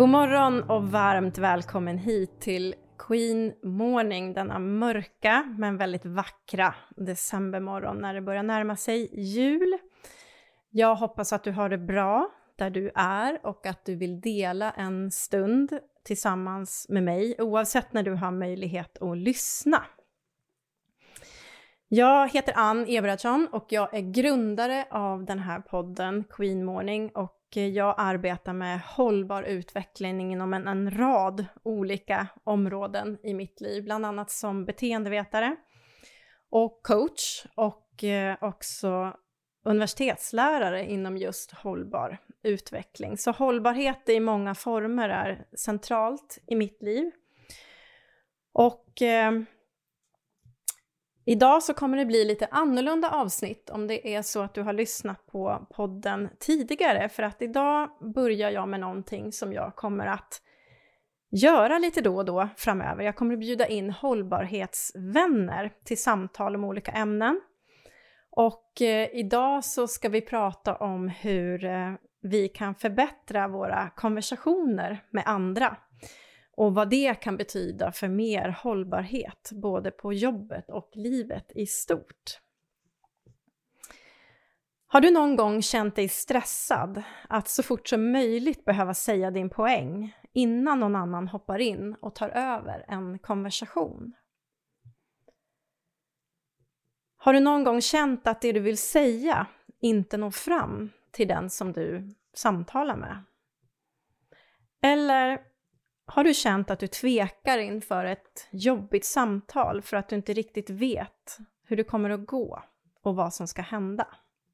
God morgon och varmt välkommen hit till Queen Morning, denna mörka men väldigt vackra decembermorgon när det börjar närma sig jul. Jag hoppas att du har det bra där du är och att du vill dela en stund tillsammans med mig oavsett när du har möjlighet att lyssna. Jag heter Ann Eberhardsson och jag är grundare av den här podden Queen Morning och jag arbetar med hållbar utveckling inom en rad olika områden i mitt liv. Bland annat som beteendevetare och coach och också universitetslärare inom just hållbar utveckling. Så hållbarhet i många former är centralt i mitt liv. Och idag så kommer det bli lite annorlunda avsnitt om det är så att du har lyssnat på podden tidigare. För att idag börjar jag med någonting som jag kommer att göra lite då och då framöver. Jag kommer att bjuda in hållbarhetsvänner till samtal om olika ämnen. Och idag så ska vi prata om hur vi kan förbättra våra konversationer med andra. Och vad det kan betyda för mer hållbarhet, både på jobbet och livet i stort. Har du någon gång känt dig stressad att så fort som möjligt behöva säga din poäng innan någon annan hoppar in och tar över en konversation? Har du någon gång känt att det du vill säga inte når fram till den som du samtalar med? Eller har du känt att du tvekar inför ett jobbigt samtal för att du inte riktigt vet hur det kommer att gå och vad som ska hända?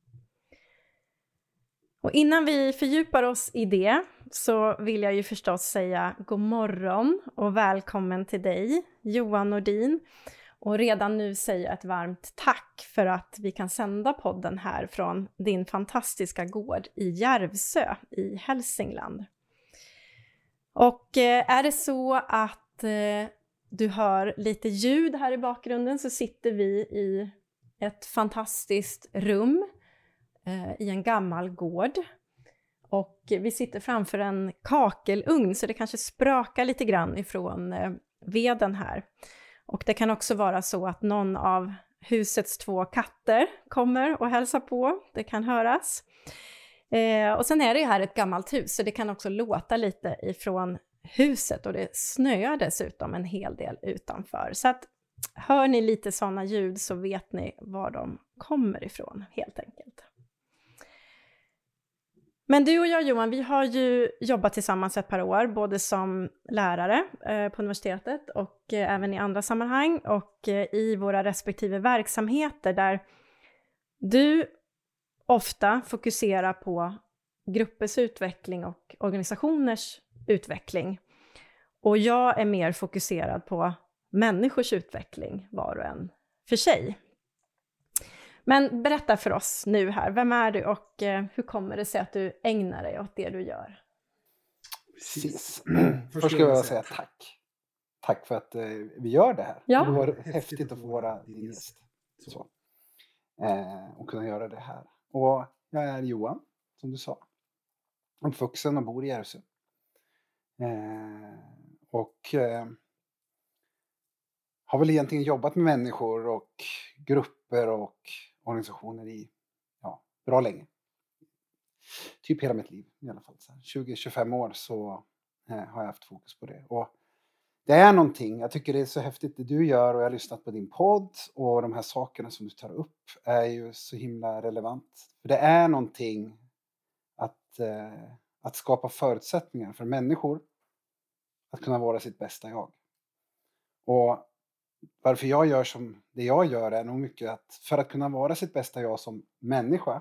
Och innan vi fördjupar oss i det så vill jag ju förstås säga god morgon och välkommen till dig, Johan Nordin. Och redan nu säga ett varmt tack för att vi kan sända podden här från din fantastiska gård i Järvsö i Hälsingland. Och är det så att du hör lite ljud här i bakgrunden så sitter vi i ett fantastiskt rum i en gammal gård. Och vi sitter framför en kakelugn så det kanske sprakar lite grann ifrån veden här. Och det kan också vara så att någon av husets 2 katter kommer och hälsar på. Det kan höras. Och sen är det ju här ett gammalt hus så det kan också låta lite ifrån huset och det snöar dessutom en hel del utanför. Så att hör ni lite sådana ljud så vet ni var de kommer ifrån helt enkelt. Men du och jag Johan, vi har ju jobbat tillsammans ett par år både som lärare på universitetet och även i andra sammanhang och i våra respektive verksamheter där du ofta fokuserar på gruppers utveckling och organisationers utveckling. Och jag är mer fokuserad på människors utveckling var och en för sig. Men berätta för oss nu här, vem är du och hur kommer det sig att du ägnar dig åt det du gör? Precis. Först ska jag säga tack. Tack för att vi gör det här. Ja. Det var häftigt att få vara din gäst. Så. Och kunna göra det här. Och jag är Johan, som du sa. Uppvuxen och bor i Järvsö. Har väl egentligen jobbat med människor och grupper och organisationer i bra länge. Typ hela mitt liv i alla fall. 20-25 år så har jag haft fokus på det. Och det är någonting, jag tycker det är så häftigt det du gör och jag har lyssnat på din podd och de här sakerna som du tar upp är ju så himla relevant. För det är någonting att skapa förutsättningar för människor att kunna vara sitt bästa jag. Och varför jag gör som det jag gör är nog mycket att för att kunna vara sitt bästa jag som människa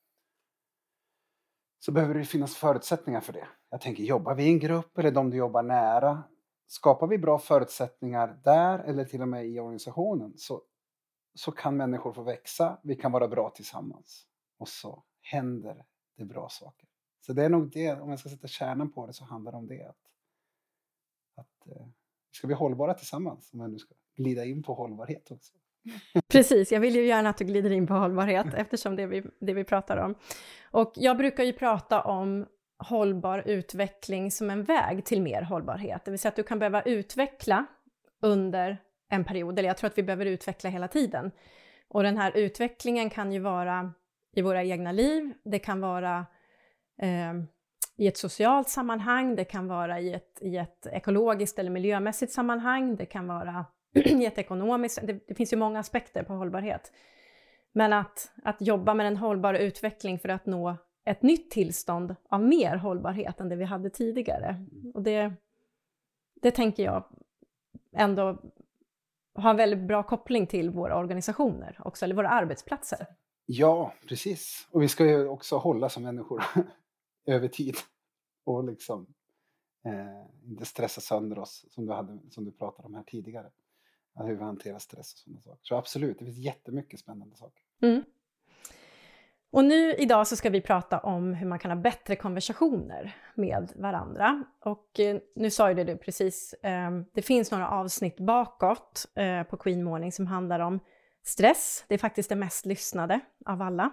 så behöver det finnas förutsättningar för det. Jag tänker, jobbar vi i en grupp eller de du jobbar nära, skapar vi bra förutsättningar där eller till och med i organisationen så kan människor få växa, vi kan vara bra tillsammans och så händer det bra saker. Så det är nog det, om jag ska sätta kärnan på det så handlar det om det att ska vi hållbara tillsammans om jag nu ska glida in på hållbarhet också. Precis, jag vill ju gärna att du glider in på hållbarhet eftersom det vi pratar om. Och jag brukar ju prata om hållbar utveckling som en väg till mer hållbarhet. Det vill säga att du kan behöva utveckla under en period, eller jag tror att vi behöver utveckla hela tiden. Och den här utvecklingen kan ju vara i våra egna liv, det kan vara i ett socialt sammanhang, det kan vara i ett ekologiskt eller miljömässigt sammanhang, det kan vara i ett ekonomiskt, det finns ju många aspekter på hållbarhet. Men att jobba med en hållbar utveckling för att nå ett nytt tillstånd av mer hållbarhet än det vi hade tidigare. Och det tänker jag ändå har en väldigt bra koppling till våra organisationer också, eller våra arbetsplatser. Ja, precis. Och vi ska ju också hålla som människor över tid. Och liksom inte stressa sönder oss som du pratade om här tidigare. Hur vi hanterar stress och sådana saker. Så absolut, det finns jättemycket spännande saker. Mm. Och nu idag så ska vi prata om hur man kan ha bättre konversationer med varandra. Och nu sa ju det du precis, det finns några avsnitt bakåt på Queen Morning som handlar om stress. Det är faktiskt det mest lyssnade av alla.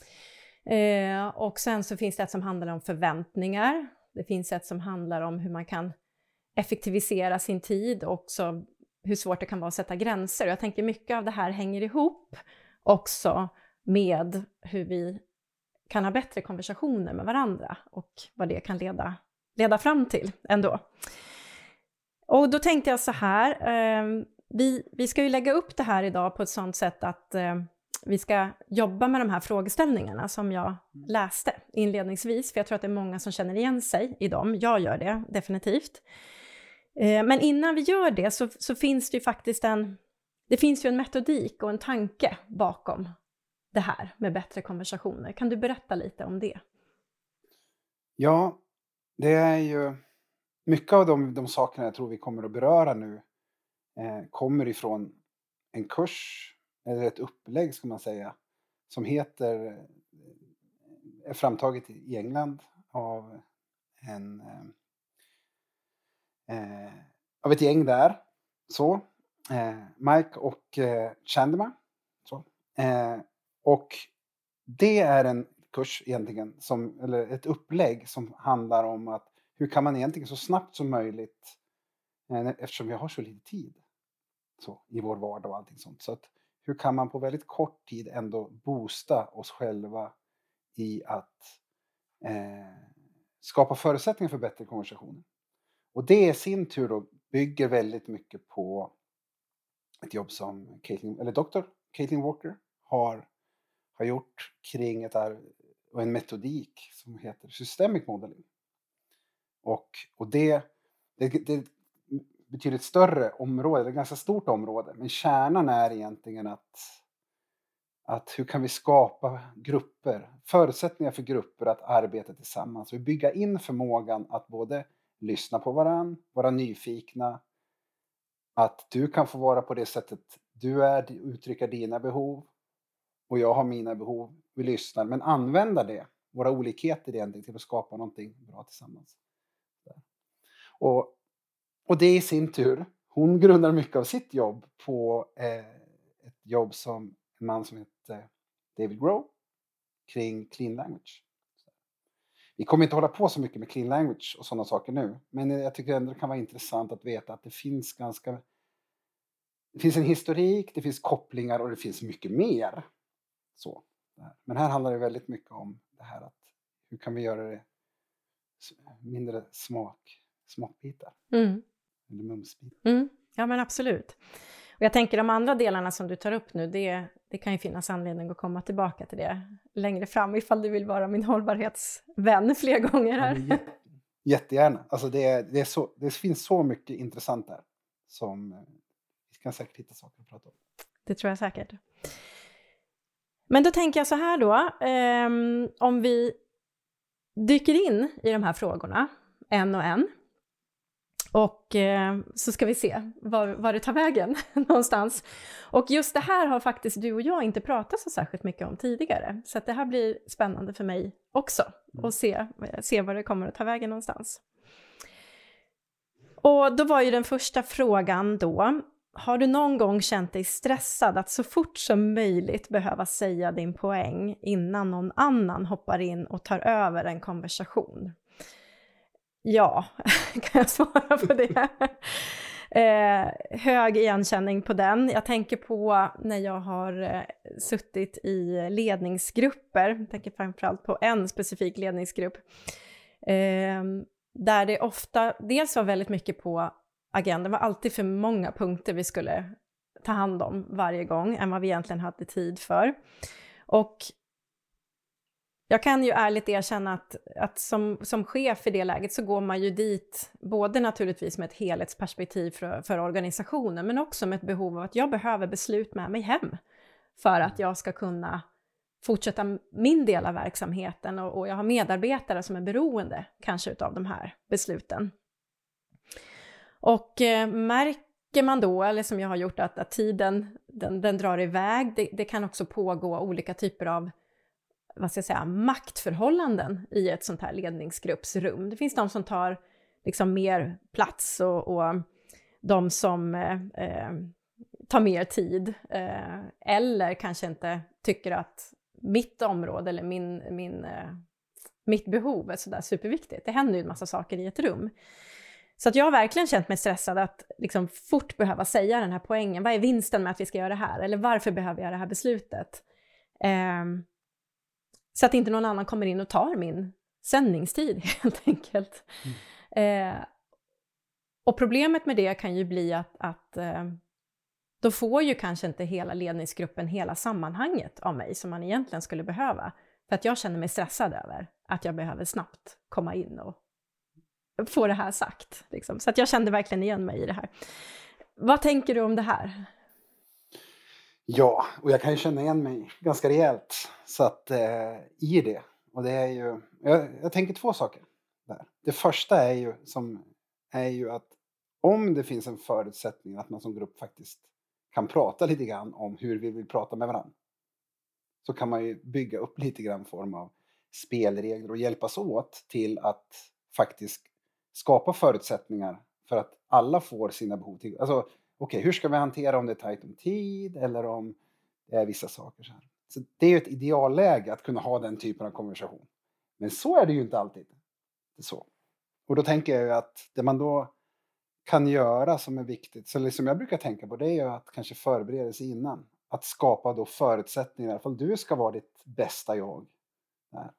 Och sen så finns det ett som handlar om förväntningar. Det finns ett som handlar om hur man kan effektivisera sin tid och också hur svårt det kan vara att sätta gränser. Och jag tänker mycket av det här hänger ihop också med hur vi kan ha bättre konversationer med varandra och vad det kan leda fram till ändå. Och då tänkte jag så här, vi ska ju lägga upp det här idag på ett sådant sätt att vi ska jobba med de här frågeställningarna som jag läste inledningsvis, för jag tror att det är många som känner igen sig i dem. Jag gör det definitivt. Men innan vi gör det så finns det ju faktiskt en metodik och en tanke bakom det här med bättre konversationer. Kan du berätta lite om det? Ja, det är ju mycket av de sakerna jag tror vi kommer att beröra nu kommer ifrån en kurs eller ett upplägg ska man säga som är framtaget i England av av ett gäng där. Så Mike och Chandler. Så. Och det är en kurs egentligen eller ett upplägg som handlar om att hur kan man egentligen så snabbt som möjligt eftersom vi har så lite tid så, i vår vardag och allting sånt. Så att hur kan man på väldigt kort tid ändå boosta oss själva i att skapa förutsättningar för bättre konversationer. Och det i sin tur då bygger väldigt mycket på ett jobb som Dr. Caitlin Walker har gjort kring en metodik som heter Systemic Modeling. Och det betyder ett större område, ett ganska stort område. Men kärnan är egentligen att hur kan vi skapa förutsättningar för grupper att arbeta tillsammans. Och bygga in förmågan att både lyssna på varandra, vara nyfikna. Att du kan få vara på det sättet du är, uttrycka dina behov. Och jag har mina behov, vi lyssnar. Men använda våra olikheter egentligen till att skapa någonting bra tillsammans. Och det i sin tur, hon grundar mycket av sitt jobb på ett jobb som en man som heter David Grohl kring clean language. Vi kommer inte hålla på så mycket med clean language och sådana saker nu. Men jag tycker ändå det kan vara intressant att veta att det finns en historik, det finns kopplingar och det finns mycket mer. Så. Men här handlar det väldigt mycket om det här att hur kan vi göra det mindre smakbitar. Mm. Eller mumsbitar. Mm. Ja men absolut. Och jag tänker de andra delarna som du tar upp nu, det kan ju finnas anledning att komma tillbaka till det längre fram ifall du vill vara min hållbarhetsvän fler gånger här. Ja, jättegärna. Alltså det finns så mycket intressant där som vi kan säkert hitta saker att prata om. Det tror jag säkert. Men då tänker jag så här då, om vi dyker in i de här frågorna en och en. Och så ska vi se var det tar vägen någonstans. Och just det här har faktiskt du och jag inte pratat så särskilt mycket om tidigare. Så att det här blir spännande för mig också. Och se var det kommer att ta vägen någonstans. Och då var ju den första frågan då. Har du någon gång känt dig stressad att så fort som möjligt behöva säga din poäng innan någon annan hoppar in och tar över en konversation? Ja, kan jag svara på det? Hög igenkänning på den. Jag tänker på när jag har suttit i ledningsgrupper. Jag tänker framförallt på en specifik ledningsgrupp. Där det ofta dels var väldigt mycket på agendan. Det var alltid för många punkter vi skulle ta hand om varje gång än vad vi egentligen hade tid för. Och jag kan ju ärligt erkänna att som chef i det läget så går man ju dit både naturligtvis med ett helhetsperspektiv för organisationen, men också med ett behov av att jag behöver beslut med mig hem för att jag ska kunna fortsätta min del av verksamheten, och jag har medarbetare som är beroende kanske utav de här besluten. Och märker man då, eller som jag har gjort, att tiden den drar iväg, det kan också pågå olika typer av, vad ska jag säga, maktförhållanden i ett sånt här ledningsgruppsrum. Det finns de som tar liksom mer plats och de som tar mer tid, eller kanske inte tycker att mitt område eller mitt behov är sådär superviktigt. Det händer ju en massa saker i ett rum. Så att jag har verkligen känt mig stressad att liksom fort behöva säga den här poängen. Vad är vinsten med att vi ska göra det här? Eller varför behöver jag det här beslutet? Så att inte någon annan kommer in och tar min sändningstid helt enkelt. Och problemet med det kan ju bli att då får ju kanske inte hela ledningsgruppen hela sammanhanget av mig som man egentligen skulle behöva. För att jag känner mig stressad över att jag behöver snabbt komma in och få det här sagt. Liksom. Så att jag kände verkligen igen mig i det här. Vad tänker du om det här? Ja, och jag kan ju känna igen mig ganska rejält så att, i det. Och det är ju, jag tänker två saker där. Det första är ju att om det finns en förutsättning att man som grupp faktiskt kan prata lite grann om hur vi vill prata med varandra, så kan man ju bygga upp lite grann form av spelregler och hjälpas åt till att faktiskt skapa förutsättningar för att alla får sina behov till. Alltså, okej, hur ska vi hantera om det är tajt om tid eller om det är vissa saker så här. Så det är ju ett idealläge att kunna ha den typen av konversation. Men så är det ju inte alltid. Det är så. Och då tänker jag ju att det man då kan göra som är viktigt, så liksom jag brukar tänka på, det är ju att kanske förbereda sig innan. Att skapa då förutsättningar, i alla fall du ska vara ditt bästa jag. Där.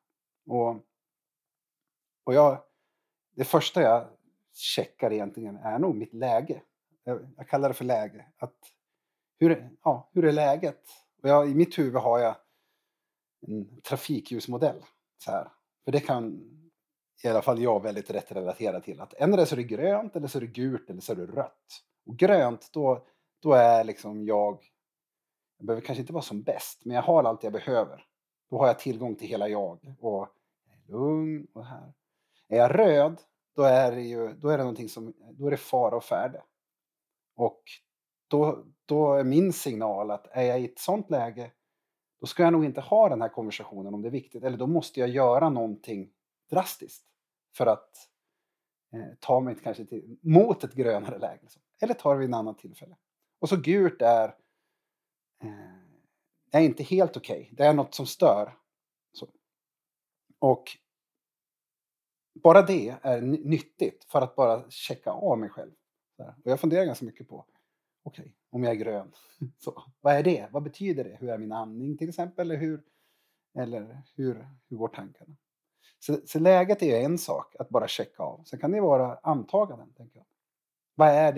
Och det första jag checkar egentligen är nog mitt läge. Jag kallar det för läge. Hur är läget? Och i mitt huvud har jag en trafikljusmodell. Så här. För det kan i alla fall jag väldigt rätt relatera till. Att ändå så är det grönt, eller så är det gult, eller så är det rött. Och grönt, då är liksom jag behöver kanske inte vara som bäst, men jag har allt jag behöver. Då har jag tillgång till hela jag. Och jag är lugn och här. Är jag röd, då är det någonting då är det fara och färde. Och då är min signal att är jag i ett sånt läge, då ska jag nog inte ha den här konversationen om det är viktigt. Eller då måste jag göra någonting drastiskt för att ta mig kanske mot ett grönare läge. Eller tar vi en annan tillfälle. Och så gult är inte helt okej. Det är något som stör. Så. Och bara det är nyttigt för att bara checka av mig själv. Och jag funderar ganska mycket på, okej, om jag är grön, så, vad är det? Vad betyder det? Hur är min andning till exempel? Eller hur går tankarna? Så läget är en sak att bara checka av. Sen kan det vara antaganden, tänker jag. Vad är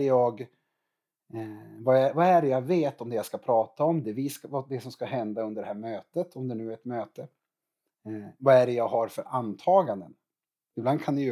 det jag vet om det jag ska prata om? Det som ska hända under det här mötet, om det nu är ett möte. Vad är det jag har för antaganden? Ibland kan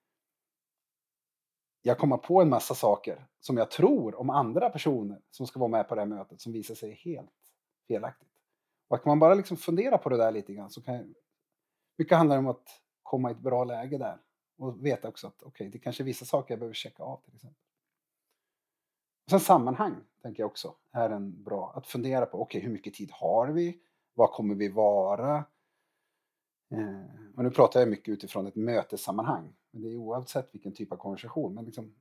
jag komma på en massa saker som jag tror om andra personer som ska vara med på det här mötet som visar sig helt felaktigt. Och kan man bara liksom fundera på det där lite grann, så mycket handlar om att komma i ett bra läge där. Och veta också att det kanske är vissa saker jag behöver checka av till exempel. Och sen sammanhang tänker jag också är en bra att fundera på. Hur mycket tid har vi? Vad kommer vi vara? Och nu pratar jag mycket utifrån ett mötessammanhang. Men det är oavsett vilken typ av konversation. Men liksom,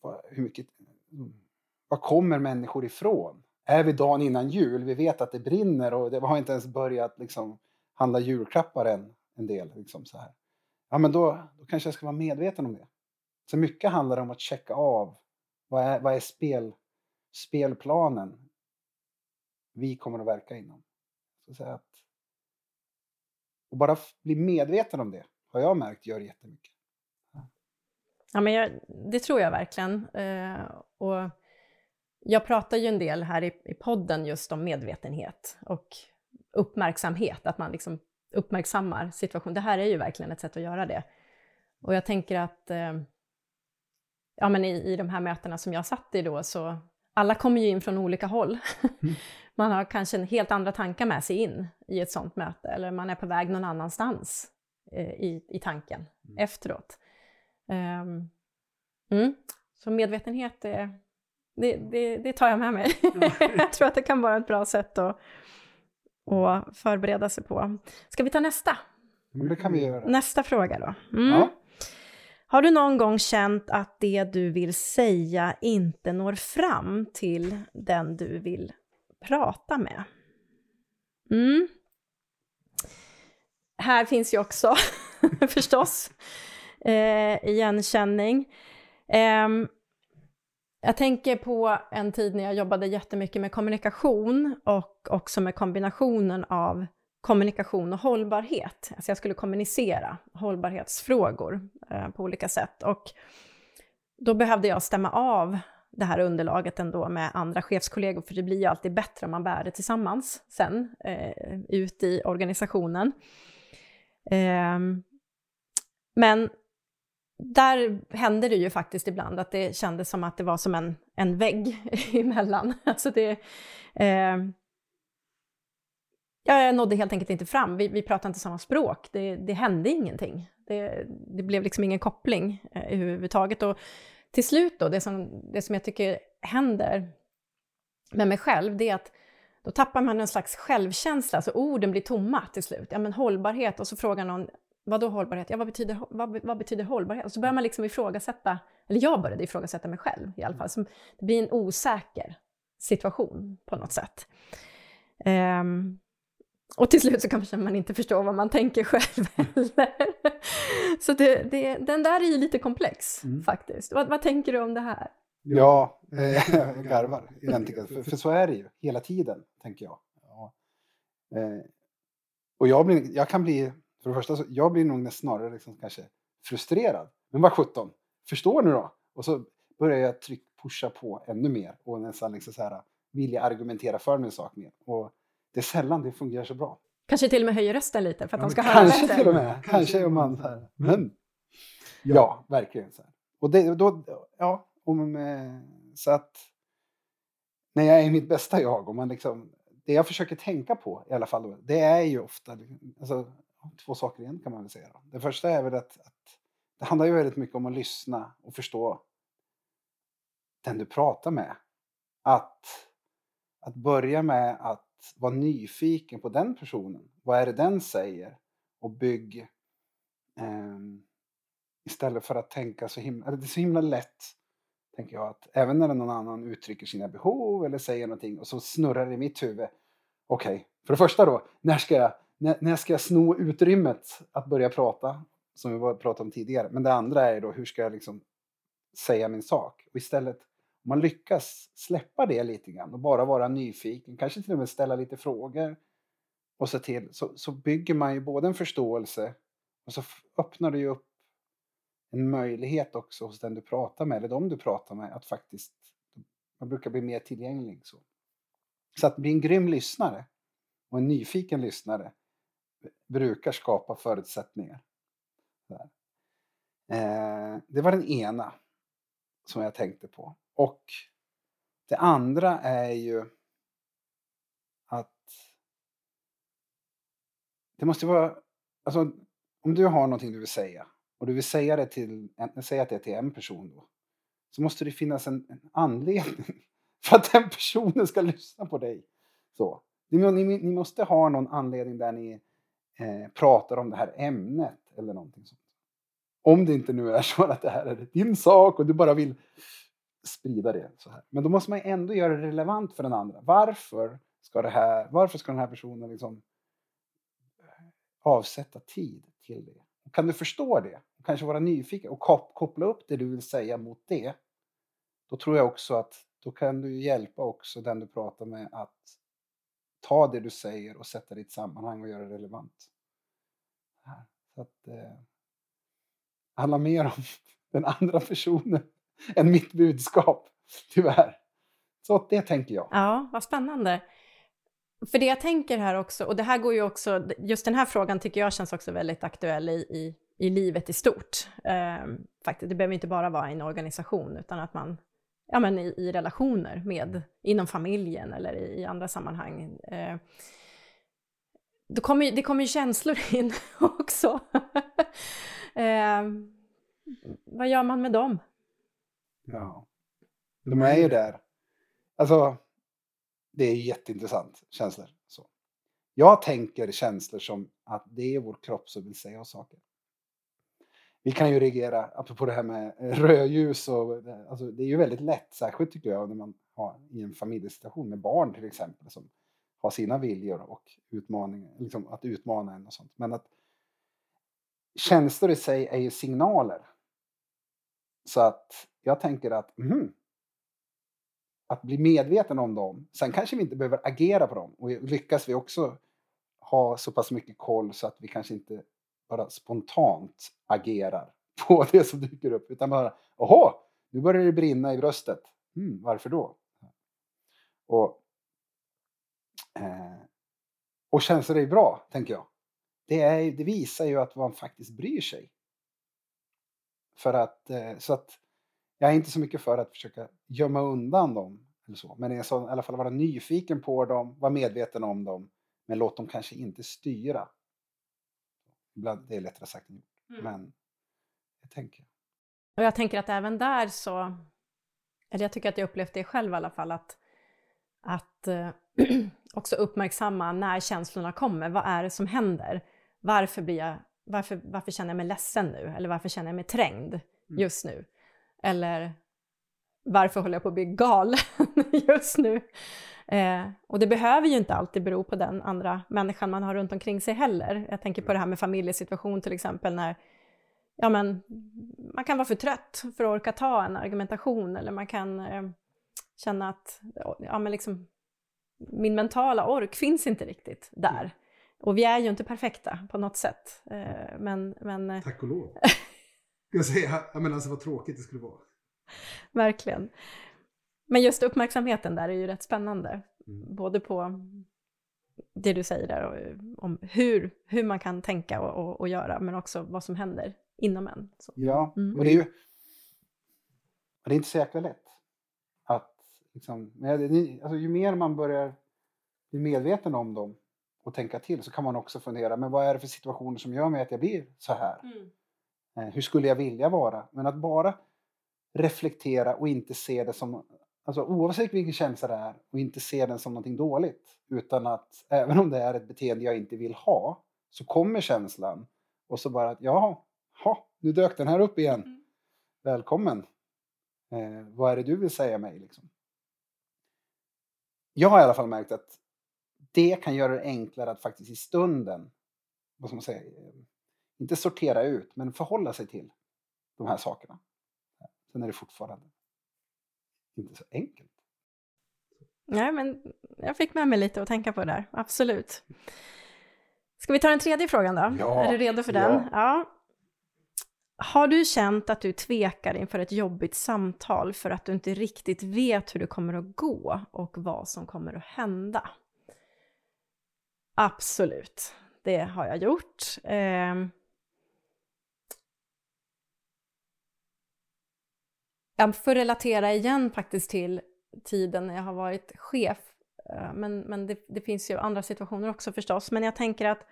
vad kommer människor ifrån? Är vi dagen innan jul? Vi vet att det brinner och det har inte ens börjat liksom handla julklappar än en del. Liksom så här. Ja, men då kanske jag ska vara medveten om det. Så mycket handlar om att checka av vad är spelplanen vi kommer att verka inom. Så att säga och bara bli medveten om det har jag märkt gör jättemycket. Ja, men det tror jag verkligen. Och jag pratar ju en del här i podden just om medvetenhet och uppmärksamhet. Att man liksom uppmärksammar situationen. Det här är ju verkligen ett sätt att göra det. Och jag tänker att ja, men i de här mötena som jag satt i då, så alla kommer ju in från olika håll. Man har kanske en helt andra tankar med sig in i ett sånt möte. Eller man är på väg någon annanstans i tanken efteråt. Så medvetenhet, det tar jag med mig. Jag tror att det kan vara ett bra sätt att förbereda sig på. Ska vi ta nästa? Det kan vi göra. Nästa fråga då. Ja. Har du någon gång känt att det du vill säga inte når fram till den du vill prata med? Här finns ju också förstås igenkänning. Jag tänker på en tid när jag jobbade jättemycket med kommunikation och också med kombinationen av kommunikation och hållbarhet. Alltså jag skulle kommunicera hållbarhetsfrågor på olika sätt. Och då behövde jag stämma av det här underlaget ändå med andra chefskollegor. För det blir ju alltid bättre om man bär det tillsammans sen ut i organisationen. Men där hände det ju faktiskt ibland att det kändes som att det var som en vägg emellan. Alltså jag nådde helt enkelt inte fram. Vi pratade inte samma språk. Det hände ingenting. Det blev liksom ingen koppling överhuvudtaget. Och till slut då, det som jag tycker händer med mig själv, det är att då tappar man en slags självkänsla. Så orden blir tomma till slut. Ja, men hållbarhet. Och så frågar någon, vad då hållbarhet? Ja, vad betyder hållbarhet? Och så börjar man liksom ifrågasätta, eller jag började ifrågasätta mig själv i alla fall. Så det blir en osäker situation på något sätt. Och till slut så kanske man inte förstår vad man tänker själv heller. Så den där är ju lite komplex faktiskt. Vad tänker du om det här? Ja, jag garvar egentligen. För så är det ju hela tiden, tänker jag. Ja. Och jag kan bli, för det första, jag blir nog snarare liksom kanske frustrerad. Men vad 17, förstår nu då? Och så börjar jag pusha på ännu mer. Och nästan liksom så här, vill jag argumentera för min sak mer. Och det är sällan det fungerar så bra. Kanske till och med höjer rösten lite för att de ska höra kanske bättre. Till och med. Kanske om man så här. Men ja, verkligen så här. Och så att när jag är i mitt bästa jag, och man liksom, det jag försöker tänka på i alla fall då, det är ju ofta alltså, två saker igen kan man väl säga då. Det första är väl att det handlar ju väldigt mycket om att lyssna och förstå den du pratar med. Att börja med att vara nyfiken på den personen. Vad är det den säger? Och bygg istället för att tänka det är så himla lätt, tänker jag, att även när någon annan uttrycker sina behov eller säger någonting och så snurrar det i mitt huvud. Okej, för det första då, när ska jag sno utrymmet att börja prata, som vi pratade om tidigare. Men det andra är då, hur ska jag liksom säga min sak? Och istället, om man lyckas släppa det lite grann och bara vara nyfiken, kanske till och med ställa lite frågor och så bygger man ju både en förståelse och så öppnar det ju upp en möjlighet också hos den du pratar med eller de du pratar med att faktiskt, man brukar bli mer tillgänglig så att bli en grym lyssnare och en nyfiken lyssnare brukar skapa förutsättningar. Det var den ena som jag tänkte på. Och det andra är ju att det måste vara, alltså om du har någonting du vill säga och du vill säga det till en person då, så måste det finnas en anledning för att den personen ska lyssna på dig. Så. Ni måste ha någon anledning där ni pratar om det här ämnet eller någonting sånt. Om det inte nu är så att det här är din sak och du bara vill sprida det så här. Men då måste man ändå göra det relevant för den andra. Varför ska den här personen liksom avsätta tid till det? kan du förstå det? Kanske vara nyfiken och koppla upp det du vill säga mot det. Då tror jag också att då kan du hjälpa också den du pratar med att ta det du säger och sätta det i ett sammanhang och göra det relevant. Så att handla mer om den andra personen än mitt budskap, tyvärr. Så det tänker jag. Ja, vad spännande. För det jag tänker här också, och det här går ju också, just den här frågan tycker jag känns också väldigt aktuell i livet i stort. Faktiskt, det behöver inte bara vara en organisation, utan att man, ja men i relationer med, inom familjen eller i andra sammanhang. Det kommer ju känslor in också. Vad gör man med dem? Ja, de är ju där. Alltså, det är jätteintressant, känslor. Så. Jag tänker känslor som att det är vår kropp som vill säga oss saker. Vi kan ju reagera, apropå det här med rödljus, alltså det är ju väldigt lätt, särskilt tycker jag, när man har i en familjesituation med barn till exempel, som har sina viljor och utmaningar, liksom att utmana en och sånt. Men att känslor i sig är ju signaler. Så att jag tänker att bli medveten om dem. Sen kanske vi inte behöver agera på dem. Och lyckas vi också ha så pass mycket koll så att vi kanske inte bara spontant agerar på det som dyker upp. Utan bara, nu börjar det brinna i bröstet. Varför då? Och känslor är bra, tänker jag. Det visar ju att man faktiskt bryr sig. Så att jag är inte så mycket för att försöka gömma undan dem. Eller så. Men jag ska i alla fall vara nyfiken på dem, vara medveten om dem. Men låt dem kanske inte styra. Ibland, det är lättare sagt än gjort. Men jag tänker. Och jag tänker att även där så, eller jag tycker att jag upplevt det själv i alla fall, att också uppmärksamma när känslorna kommer. Vad är det som händer? Varför känner jag mig ledsen nu? Eller varför känner jag mig trängd just nu? Eller varför håller jag på att bli galen just nu? Och det behöver ju inte alltid bero på den andra människan man har runt omkring sig heller. Jag tänker på det här med familjesituation till exempel, när man kan vara för trött för att orka ta en argumentation, eller man kan känna att min mentala ork finns inte riktigt där. Och vi är ju inte perfekta på något sätt. Men tack och lov. Jag säger, alltså vad tråkigt det skulle vara. Verkligen. Men just uppmärksamheten där är ju rätt spännande. Både på det du säger där om hur man kan tänka och göra, men också vad som händer inom en. Så. Ja, och det är inte så jäkla lätt. Att ju mer man börjar bli medveten om dem och tänka till, så kan man också fundera, men vad är det för situationer som gör mig att jag blir så här? Hur skulle jag vilja vara? Men att bara reflektera och inte se det som, alltså oavsett vilken känsla det är, och inte se den som någonting dåligt, utan att även om det är ett beteende jag inte vill ha, så kommer känslan och så bara att nu dök den här upp igen. Välkommen. Vad är det du vill säga mig liksom? Jag har i alla fall märkt att det kan göra det enklare att faktiskt i stunden, vad ska man säga, inte sortera ut, men förhålla sig till de här sakerna. Sen är det fortfarande inte så enkelt. Nej, men jag fick med mig lite att tänka på där. Absolut. Ska vi ta den tredje frågan då? Ja, är du redo för den? Ja. Har du känt att du tvekar inför ett jobbigt samtal för att du inte riktigt vet hur det kommer att gå och vad som kommer att hända? Absolut. Det har jag gjort. Jag får relatera igen faktiskt till tiden när jag har varit chef. Men det finns ju andra situationer också förstås. Men jag tänker att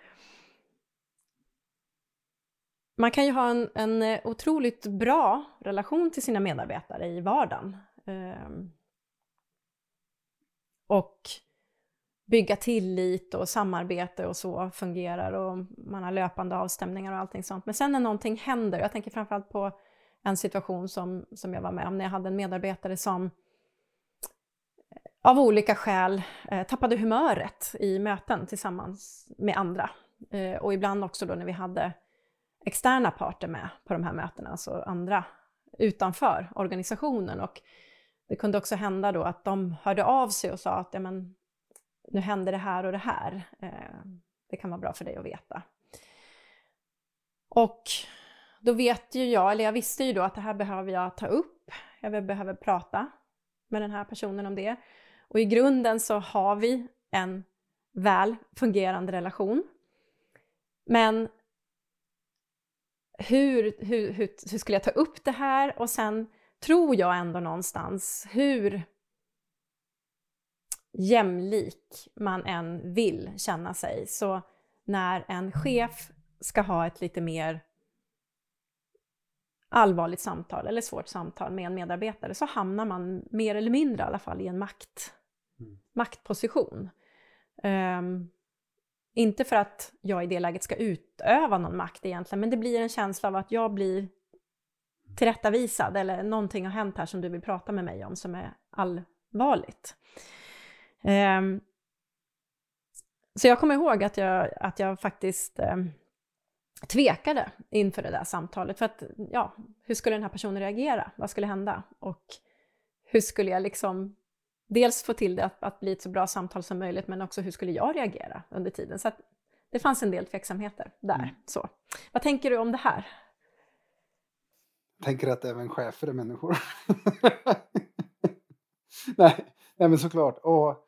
man kan ju ha en otroligt bra relation till sina medarbetare i vardagen. Och bygga tillit och samarbete och så fungerar. Och man har löpande avstämningar och allting sånt. Men sen när någonting händer, jag tänker framförallt på en situation som jag var med om när jag hade en medarbetare som av olika skäl tappade humöret i möten tillsammans med andra. Och ibland också då när vi hade externa parter med på de här mötena, alltså andra utanför organisationen. Och det kunde också hända då att de hörde av sig och sa att ja, men, nu händer det här och det här. Det kan vara bra för dig att veta. Och då vet ju jag visste ju då att det här behöver jag ta upp. Jag behöver prata med den här personen om det. Och i grunden så har vi en väl fungerande relation. Men hur skulle jag ta upp det här? Och sen tror jag ändå någonstans hur jämlik man än vill känna sig. Så när en chef ska ha ett lite mer allvarligt samtal eller svårt samtal med en medarbetare, så hamnar man mer eller mindre i alla fall i en maktposition. Inte för att jag i det läget ska utöva någon makt egentligen, men det blir en känsla av att jag blir tillrättavisad eller någonting har hänt här som du vill prata med mig om som är allvarligt. Så jag kommer ihåg att jag faktiskt tvekade inför det där samtalet. För att, ja, hur skulle den här personen reagera? Vad skulle hända? Och hur skulle jag liksom dels få till det att bli ett så bra samtal som möjligt, men också hur skulle jag reagera under tiden? Så att det fanns en del tveksamheter där. Så. Vad tänker du om det här? Jag tänker att även chefer är människor. nej, men såklart. Och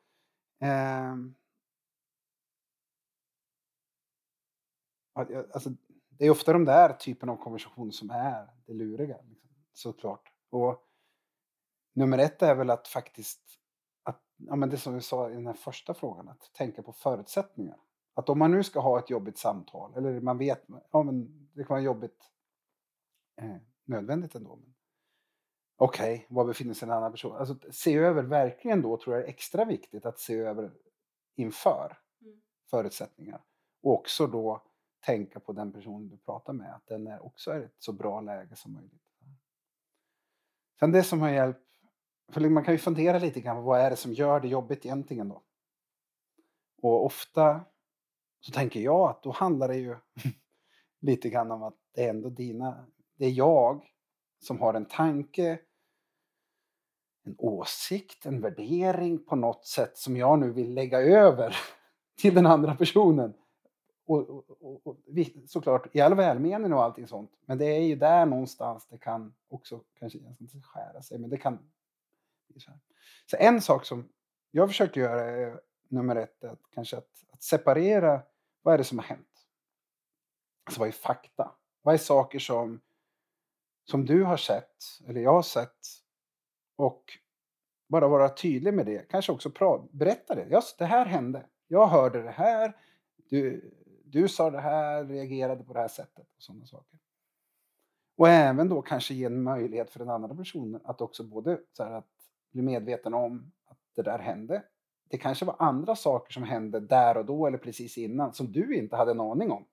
alltså, det är ofta de där typen av konversation som är det luriga. Liksom, såklart. Och nummer 1 är väl att faktiskt, men det som vi sa i den här första frågan, att tänka på förutsättningar. Att om man nu ska ha ett jobbigt samtal, eller man vet, men det kan vara jobbigt, nödvändigt ändå. Okej, var befinner sig en annan person? Alltså se över verkligen då, tror jag är extra viktigt att se över inför förutsättningar. Och också då tänka på den person du pratar med, att den också är ett så bra läge som möjligt. Sen det som har hjälpt, för man kan ju fundera lite grann på vad är det som gör det jobbigt egentligen då. Och ofta så tänker jag att då handlar det ju lite grann om att det är ändå det är jag som har en tanke, en åsikt, en värdering på något sätt som jag nu vill lägga över till den andra personen. Och såklart i all välmening och allting sånt. Men det är ju där någonstans det kan också kanske inte skära sig. Men det kan bli så här. Så en sak som jag försöker göra är nummer 1. Att separera vad är det som har hänt. Alltså vad är fakta? Vad är saker som du har sett eller jag har sett. Och bara vara tydlig med det. Kanske också berätta det. Just det här hände. Jag hörde det här. Du sa det här, reagerade på det här sättet och sådana saker. Och även då kanske ge en möjlighet för den andra personen att också både så här, att bli medveten om att det där hände. Det kanske var andra saker som hände där och då eller precis innan som du inte hade en aning om.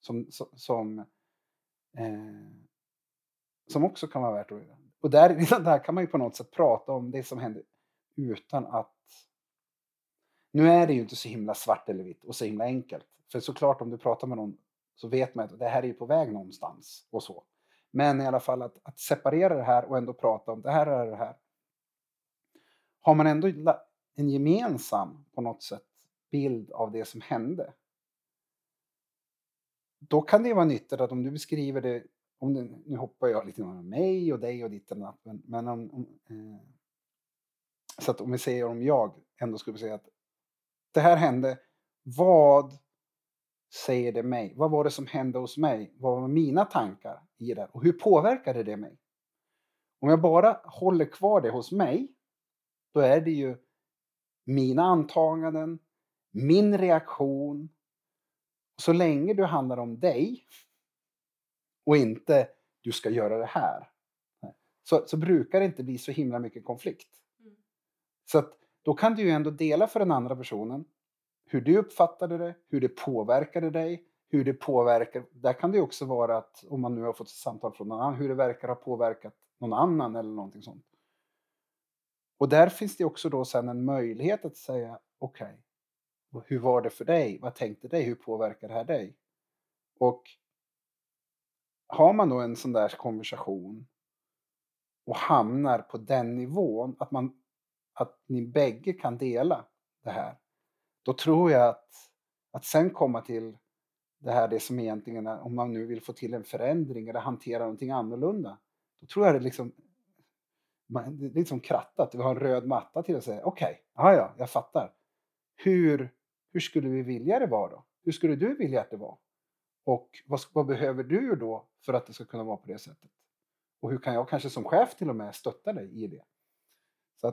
Som också kan vara värt att göra. Och där kan man ju på något sätt prata om det som hände utan att... Nu är det ju inte så himla svart eller vitt och så himla enkelt. För såklart om du pratar med någon så vet man att det här är ju på väg någonstans och så. Men i alla fall att separera det här och ändå prata om det här är det här. Har man ändå en gemensam på något sätt bild av det som hände. Då kan det vara nyttigt att om du beskriver det, nu hoppar jag lite om mig och dig och ditt och annat, men så att om vi säger om jag ändå skulle säga att det här hände, vad säger det mig? Vad var det som hände hos mig? Vad var mina tankar i det? Och hur påverkade det mig? Om jag bara håller kvar det hos mig, då är det ju mina antaganden, min reaktion. Så länge du handlar om dig och inte du ska göra det här, så brukar det inte bli så himla mycket konflikt. Så att då kan du ju ändå dela för den andra personen hur du uppfattade det, hur det påverkade dig, hur det påverkar. Där kan det också vara att om man nu har fått ett samtal från någon annan, hur det verkar ha påverkat någon annan eller någonting sånt. Och där finns det också då sen en möjlighet att säga okej, hur var det för dig? Vad tänkte dig? Hur påverkar det här dig? Och har man då en sån där konversation och hamnar på den nivån att ni bägge kan dela det här, då tror jag att sen komma till det som egentligen är, om man nu vill få till en förändring eller hantera någonting annorlunda, då tror jag det det är liksom krattat. Vi har en röd matta till att säga okej, ja, jag fattar. Hur skulle vi vilja det vara då? Hur skulle du vilja att det var? Och vad behöver du då för att det ska kunna vara på det sättet? Och hur kan jag kanske som chef till och med stötta dig i det? Så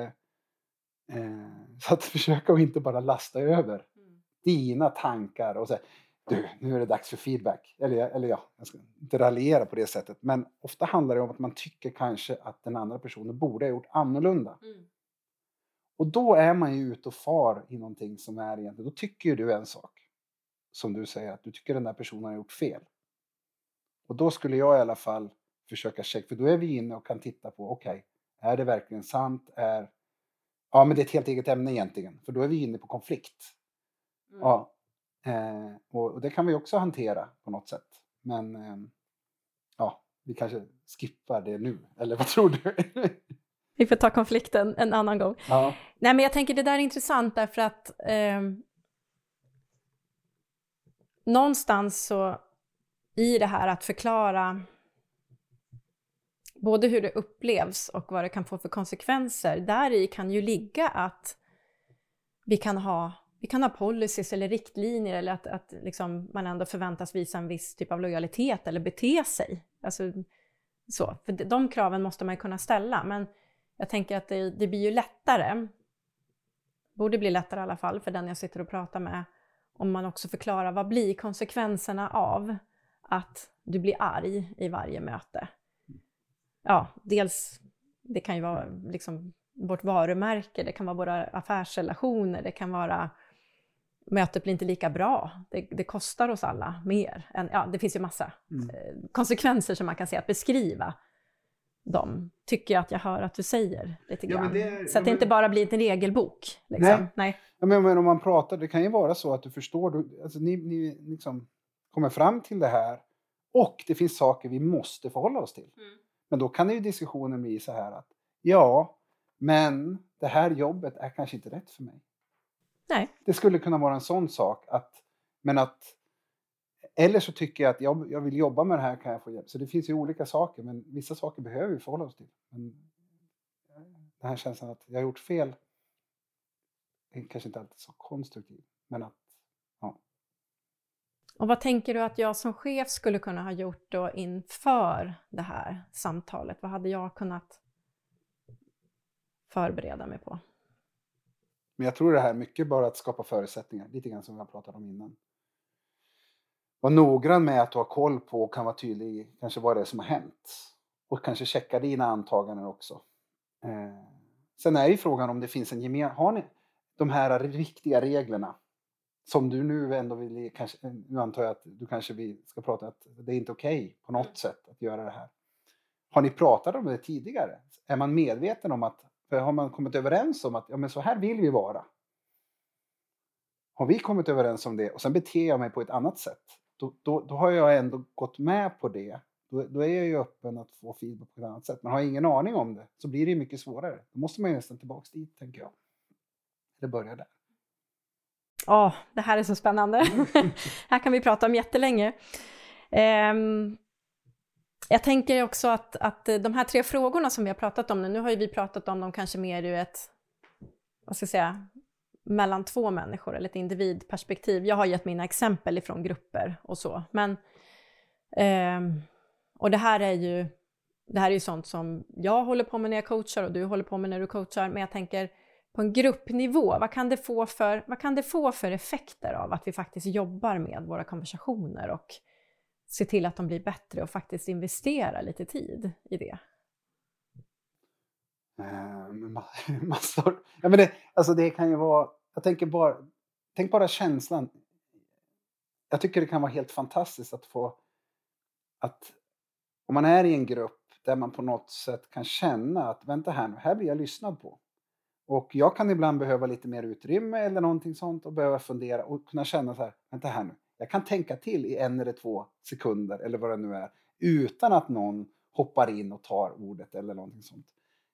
att försöka att inte bara lasta över dina tankar och säga du, nu är det dags för feedback. Eller ja, jag ska inte raljera på det sättet. Men ofta handlar det om att man tycker kanske att den andra personen borde ha gjort annorlunda. Och då är man ju ute och far i någonting som är egentligen, då tycker ju du en sak. Som du säger, att du tycker den där personen har gjort fel. Och då skulle jag i alla fall försöka checka, för då är vi inne och kan titta på, okej, är det verkligen sant? Ja, men det är ett helt eget ämne egentligen. För då är vi inne på konflikt. Ja. Och det kan vi också hantera på något sätt. Men ja, vi kanske skippar det nu. Eller vad tror du? Vi får ta konflikten en annan gång. Ja. Nej, men jag tänker det där är intressant därför att någonstans så i det här att förklara både hur det upplevs och vad det kan få för konsekvenser, där i kan ju ligga att vi kan ha policies eller riktlinjer, eller att liksom man ändå förväntas visa en viss typ av lojalitet eller bete sig. Alltså, så. För de kraven måste man ju kunna ställa, men jag tänker att det blir ju lättare, borde bli lättare i alla fall för den jag sitter och pratar med, om man också förklarar vad blir konsekvenserna av att du blir arg i varje möte. Ja, dels det kan ju vara liksom vårt varumärke, det kan vara våra affärsrelationer, det kan vara mötet blir inte lika bra, det kostar oss alla mer. Det finns ju massa konsekvenser som man kan se att beskriva dem, tycker jag att jag hör att du säger lite grann. Så att det inte bara blir en regelbok. Liksom. Nej. Ja, men om man pratar, det kan ju vara så att du förstår, alltså ni liksom kommer fram till det här och det finns saker vi måste förhålla oss till. Men då kan ju diskussionen bli så här att ja, men det här jobbet är kanske inte rätt för mig. Nej. Det skulle kunna vara en sån sak eller så tycker jag att jag vill jobba med det här, kan jag få hjälp. Så det finns ju olika saker, men vissa saker behöver vi förhålla oss till. Men den här känslan att jag har gjort fel är kanske inte alltid så konstruktiv. Men ja. Och vad tänker du att jag som chef skulle kunna ha gjort då inför det här samtalet? Vad hade jag kunnat förbereda mig på? Men jag tror det här är mycket bara att skapa förutsättningar. Lite grann som vi har pratat om innan. Var noggrann med att ha koll på och kan vara tydlig kanske vad det är som har hänt. Och kanske checka dina antaganden också. Sen är ju frågan om det finns har ni de här riktiga reglerna som du nu ändå vill, nu antar jag att du kanske ska prata att det är inte okej på något sätt att göra det här. Har ni pratat om det tidigare? Är man medveten om har man kommit överens om att ja, men så här vill vi vara? Har vi kommit överens om det och sen beter jag mig på ett annat sätt? Då har jag ändå gått med på det. Då är jag ju öppen att få feedback på ett annat sätt. Men har jag ingen aning om det så blir det mycket svårare. Då måste man ju nästan tillbaka dit, tänker jag. Det börjar där. Det här är så spännande. Här kan vi prata om jättelänge. Jag tänker också att de här 3 frågorna som vi har pratat om nu har ju vi pratat om dem kanske mer ur ett, vad ska jag säga, mellan 2 människor eller ett individperspektiv. Jag har gett mina exempel ifrån grupper och så. Men, och det här är ju sånt som jag håller på med när jag coachar och du håller på med när du coachar. Men jag tänker på en gruppnivå, vad kan det få för effekter av att vi faktiskt jobbar med våra konversationer och se till att de blir bättre och faktiskt investera lite tid i det? Massor. Ja, men det kan ju vara, tänk bara känslan. Jag tycker det kan vara helt fantastiskt att om man är i en grupp där man på något sätt kan känna att vänta här blir jag lyssnad på. Och jag kan ibland behöva lite mer utrymme eller någonting sånt och behöva fundera och kunna känna så här, vänta här nu. Jag kan tänka till i 1 eller 2 sekunder eller vad det nu är. utan att någon hoppar in och tar ordet eller någonting sånt.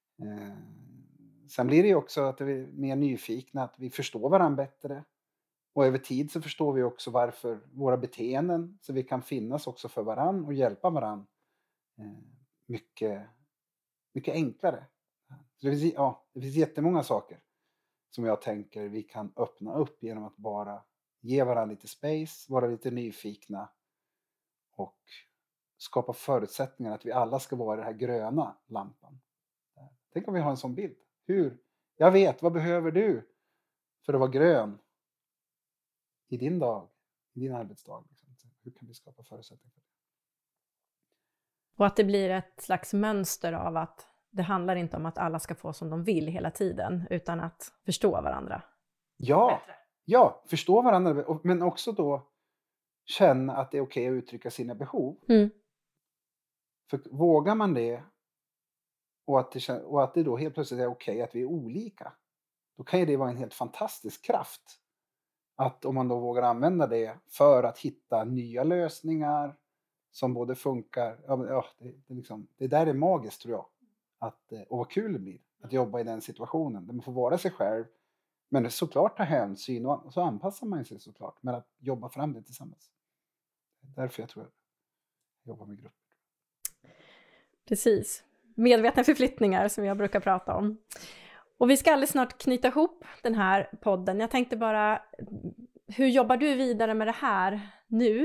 Sen blir det ju också att vi är mer nyfikna, att vi förstår varandra bättre. Och över tid så förstår vi också varför våra beteenden, så vi kan finnas också för varandra och hjälpa varandra mycket, mycket enklare. Så det finns jättemånga saker som jag tänker vi kan öppna upp genom att bara ge varandra lite space, vara lite nyfikna och skapa förutsättningar att vi alla ska vara den här gröna lampan. Tänk om vi har en sån bild. Jag vet, vad behöver du för att vara grön i din dag, i din arbetsdag? Hur kan vi skapa förutsättningar för det? Och att det blir ett slags mönster av att det handlar inte om att alla ska få som de vill hela tiden, utan att förstå varandra. Ja, förstå varandra, men också då känna att det är okej att uttrycka sina behov. För vågar man det och att det då helt plötsligt är okej att vi är olika, då kan ju det vara en helt fantastisk kraft. Att om man då vågar använda det för att hitta nya lösningar som både funkar, det där är magiskt tror jag. Och vad kul det blir att jobba i den situationen där man får vara sig själv, men såklart ta hänsyn och så anpassar man sig såklart, men att jobba fram det tillsammans. Därför jag tror jag jobbar med grupper. Precis. Medvetna förflyttningar som jag brukar prata om. Och vi ska alldeles snart knyta ihop den här podden. Jag tänkte bara, hur jobbar du vidare med det här nu?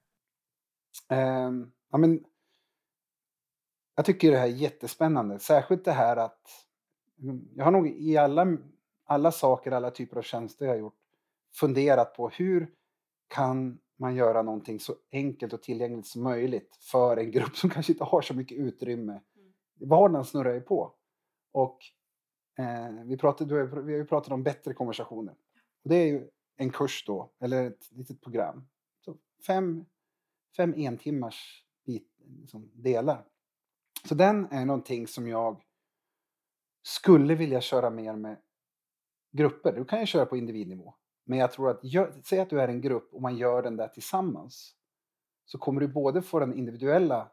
Jag tycker det här är jättespännande. Särskilt det här att jag har nog i alla saker, alla typer av tjänster jag har gjort, funderat på hur kan man göra någonting så enkelt och tillgängligt som möjligt för en grupp som kanske inte har så mycket utrymme. Vardagen snurrar ju på. Och vi har ju pratat om bättre konversationer. Och det är ju en kurs då, eller ett litet program. Så 5 1-timmars delar. Så den är någonting som jag skulle vilja köra mer med grupper. Du kan ju köra på individnivå. Men jag tror att, säg att du är en grupp och man gör den där tillsammans. Så kommer du både få den individuella,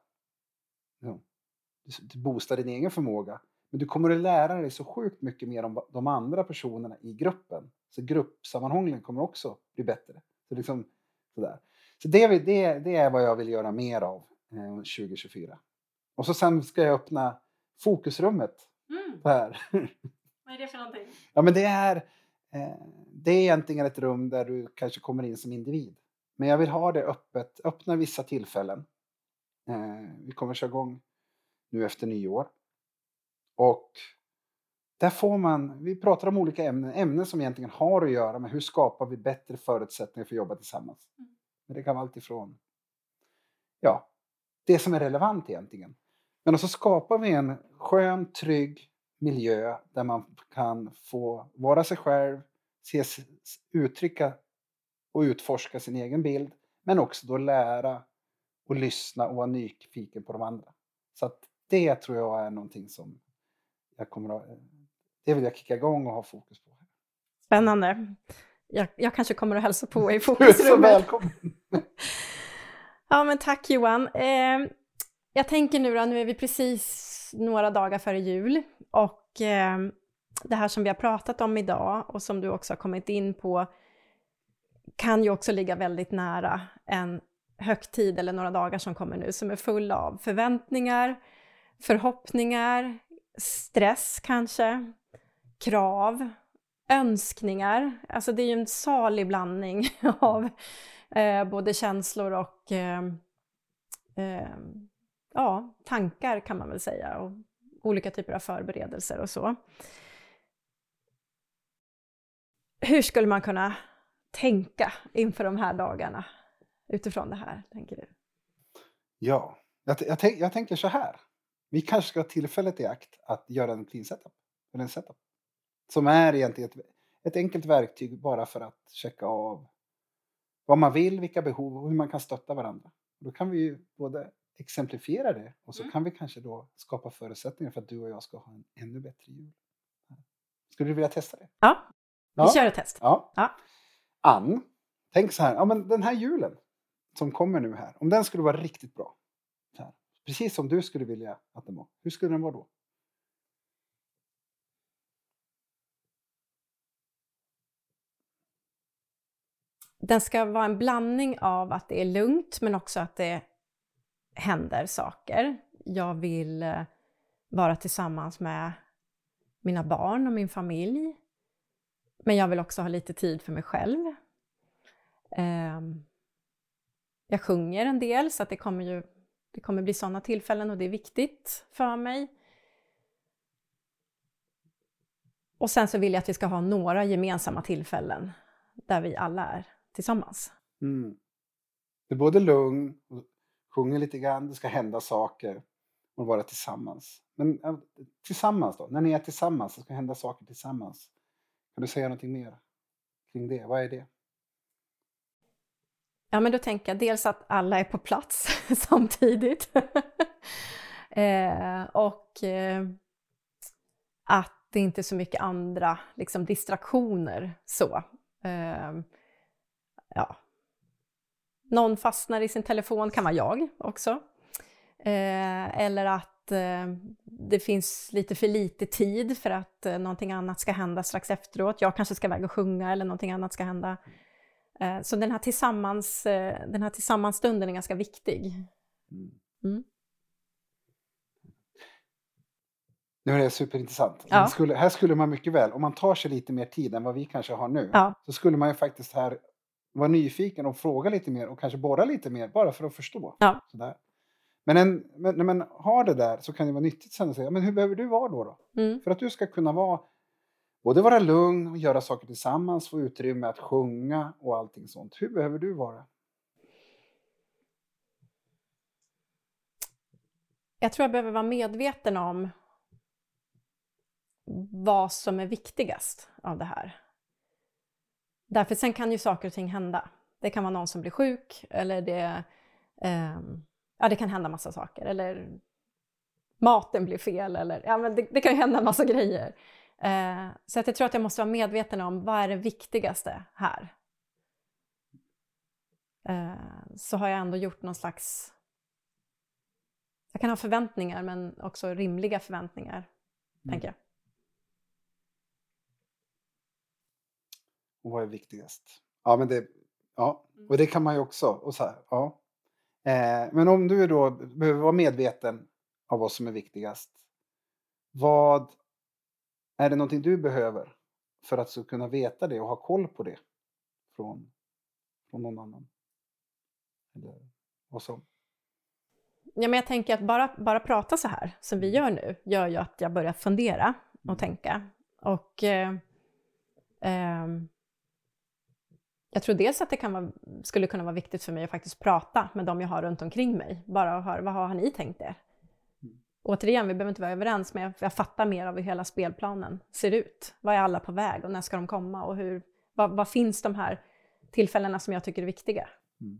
du boostar din egen förmåga. Men du kommer att lära dig så sjukt mycket mer om de andra personerna i gruppen. Så gruppsammanhållningen kommer också bli bättre. Så sådär. Så det är vad jag vill göra mer av 2024. Och så sen ska jag öppna fokusrummet. Här. Vad är det för någonting? Ja, men det är egentligen ett rum där du kanske kommer in som individ. Men jag vill ha det öppet, öppna vissa tillfällen. Vi kommer köra igång nu efter nyår. Och där vi pratar om olika ämnen som egentligen har att göra med hur skapar vi bättre förutsättningar för att jobba tillsammans. Men det kan vara allt ifrån, det som är relevant egentligen. Men så skapar vi en skön, trygg miljö där man kan få vara sig själv, uttrycka och utforska sin egen bild, men också då lära och lyssna och vara nyfiken på de andra. Så att det tror jag är någonting som det vill jag kicka igång och ha fokus på. Spännande. Jag kanske kommer att hälsa på i fokusrummet. fokusrummet. Så välkommen. Ja, men tack Johan. Jag tänker nu är vi precis några dagar före jul. Och det här som vi har pratat om idag och som du också har kommit in på kan ju också ligga väldigt nära en högtid eller några dagar som kommer nu som är full av förväntningar, förhoppningar, stress kanske, krav, önskningar. Alltså det är ju en salig blandning av både känslor och tankar kan man väl säga, och olika typer av förberedelser och så. Hur skulle man kunna tänka inför de här dagarna utifrån det här, tänker du? Ja, jag tänker så här. Vi kanske ska ha tillfället i akt att göra en clean setup. Eller en setup. Som är egentligen ett enkelt verktyg bara för att checka av vad man vill, vilka behov och hur man kan stötta varandra. Då kan vi ju både exemplifiera det och så kan vi kanske då skapa förutsättningar för att du och jag ska ha en ännu bättre jul. Skulle du vilja testa det? Ja, vi kör ett test. Ja. Ann, tänk så här. Ja, men den här julen som kommer nu här, om den skulle vara riktigt bra. här. Precis som du skulle vilja att den var. Hur skulle den vara då? Den ska vara en blandning av att det är lugnt men också att det händer saker. Jag vill vara tillsammans med mina barn och min familj. Men jag vill också ha lite tid för mig själv. Jag sjunger en del så att det kommer bli sådana tillfällen och det är viktigt för mig. Och sen så vill jag att vi ska ha några gemensamma tillfällen där vi alla är tillsammans. Mm. Det är både lugn och sjunger lite grann, det ska hända saker och vara tillsammans. Men tillsammans då, när ni är tillsammans, det ska hända saker tillsammans. Kan du säga någonting mer kring det? Vad är det? Ja, men då tänker jag dels att alla är på plats samtidigt. Och att det inte är så mycket andra liksom, distraktioner. Så. Ja. Någon fastnar i sin telefon, kan vara jag också. Eller att det finns lite för lite tid för att någonting annat ska hända strax efteråt. Jag kanske ska väga och sjunga eller någonting annat ska hända. Så den här tillsammansstunden är ganska viktig. Mm. Nu är det superintressant. Ja. Här skulle man mycket väl, om man tar sig lite mer tid än vad vi kanske har nu, så skulle man ju faktiskt här vara nyfiken och fråga lite mer och kanske borra lite mer bara för att förstå. Ja. Sådär. Men när man har det där så kan det vara nyttigt sen att säga, men hur behöver du vara då? Mm. För att du ska kunna både vara lugn och göra saker tillsammans, få utrymme att sjunga och allting sånt. Hur behöver du vara? Jag tror jag behöver vara medveten om vad som är viktigast av det här. Därför sen kan ju saker och ting hända. Det kan vara någon som blir sjuk eller det kan hända massa saker. Eller maten blir fel. Eller, men det kan ju hända massa grejer. Så att jag tror att jag måste vara medveten om vad är det viktigaste här. Så har jag ändå gjort någon slags... Jag kan ha förväntningar men också rimliga förväntningar, tänker jag. Och vad är viktigast? Ja, men och det kan man ju också. Och så här, ja. Men om du då behöver vara medveten av vad som är viktigast. Vad är det någonting du behöver för att så kunna veta det och ha koll på det från någon annan? Eller vad som? Ja, men jag tänker att bara prata så här som vi gör nu gör ju att jag börjar fundera och tänka. Och jag tror dels att det skulle kunna vara viktigt för mig att faktiskt prata med dem jag har runt omkring mig. Bara höra, vad har ni tänkt er? Återigen, vi behöver inte vara överens, men jag fattar mer av hur hela spelplanen ser ut. Vad är alla på väg och när ska de komma? Och vad finns de här tillfällena som jag tycker är viktiga?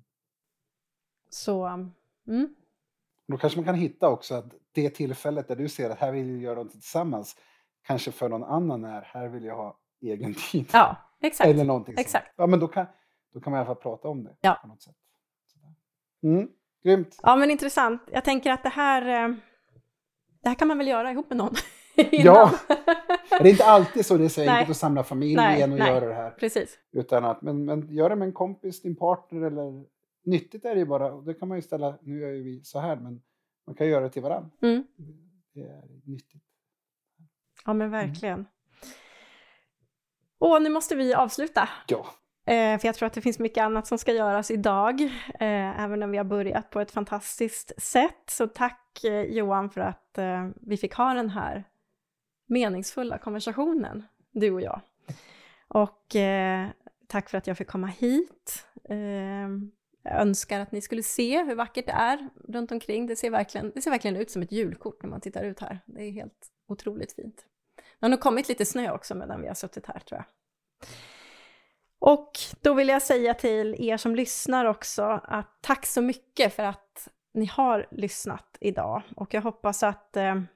Så, Då kanske man kan hitta också att det tillfället där du ser att här vill jag göra något tillsammans, kanske för någon annan är, här vill jag ha egen tid. Ja, exakt. Eller någonting sånt. Exakt. Ja, men då kan man i alla fall prata om det. Ja. På något sätt. Grymt. Ja, men intressant. Jag tänker att det här kan man väl göra ihop med någon. Ja, det är inte alltid så det är så enkelt att samla familjen och nej. göra det här. Precis. Utan att, men gör det med en kompis, din partner eller nyttigt är det ju bara, och det kan man ju ställa, nu gör ju vi så här, men man kan göra det till varandra. Det är nyttigt. Ja, men verkligen. Nu måste vi avsluta. Ja. För jag tror att det finns mycket annat som ska göras idag. Även om vi har börjat på ett fantastiskt sätt. Så tack Johan för att vi fick ha den här meningsfulla konversationen, du och jag. Och tack för att jag fick komma hit. Jag önskar att ni skulle se hur vackert det är runt omkring. Det ser verkligen ut som ett julkort när man tittar ut här. Det är helt otroligt fint. Det har nog kommit lite snö också medan vi har suttit här, tror jag. Och då vill jag säga till er som lyssnar också att tack så mycket för att ni har lyssnat idag. Och jag hoppas att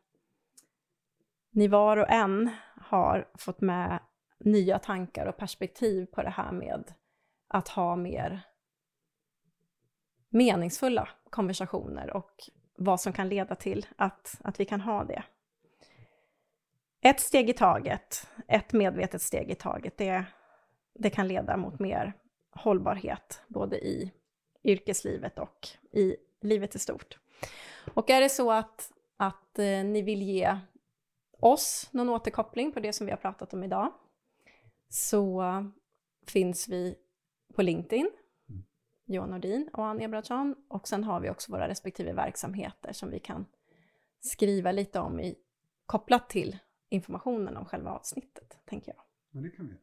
ni var och en har fått med nya tankar och perspektiv på det här med att ha mer meningsfulla konversationer och vad som kan leda till att vi kan ha det. Ett steg i taget, ett medvetet steg i taget, det kan leda mot mer hållbarhet både i yrkeslivet och i livet i stort. Och är det så att ni vill ge oss någon återkoppling på det som vi har pratat om idag, så finns vi på LinkedIn, Johan Nordin och Ann Ebradsson, och sen har vi också våra respektive verksamheter som vi kan skriva lite om kopplat till informationen om själva avsnittet, tänker jag. Ja, det kan vi.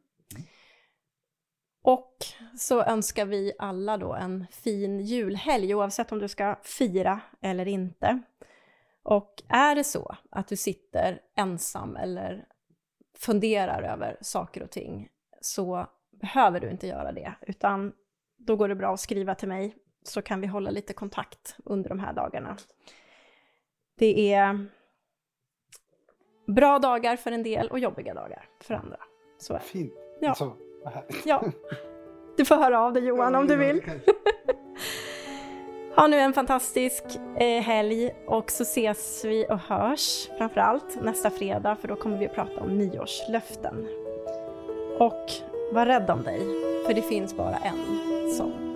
Och så önskar vi alla då en fin julhelg, oavsett om du ska fira eller inte. Och är det så att du sitter ensam eller funderar över saker och ting, så behöver du inte göra det, utan då går det bra att skriva till mig, så kan vi hålla lite kontakt under de här dagarna. Det är bra dagar för en del och jobbiga dagar för andra. Så är det. Fint. Ja. Alltså, Ja, du får höra av dig Johan om du vill. Ha nu en fantastisk helg, och så ses vi och hörs framförallt nästa fredag, för då kommer vi att prata om nyårslöften. Och var rädd om dig, för det finns bara en som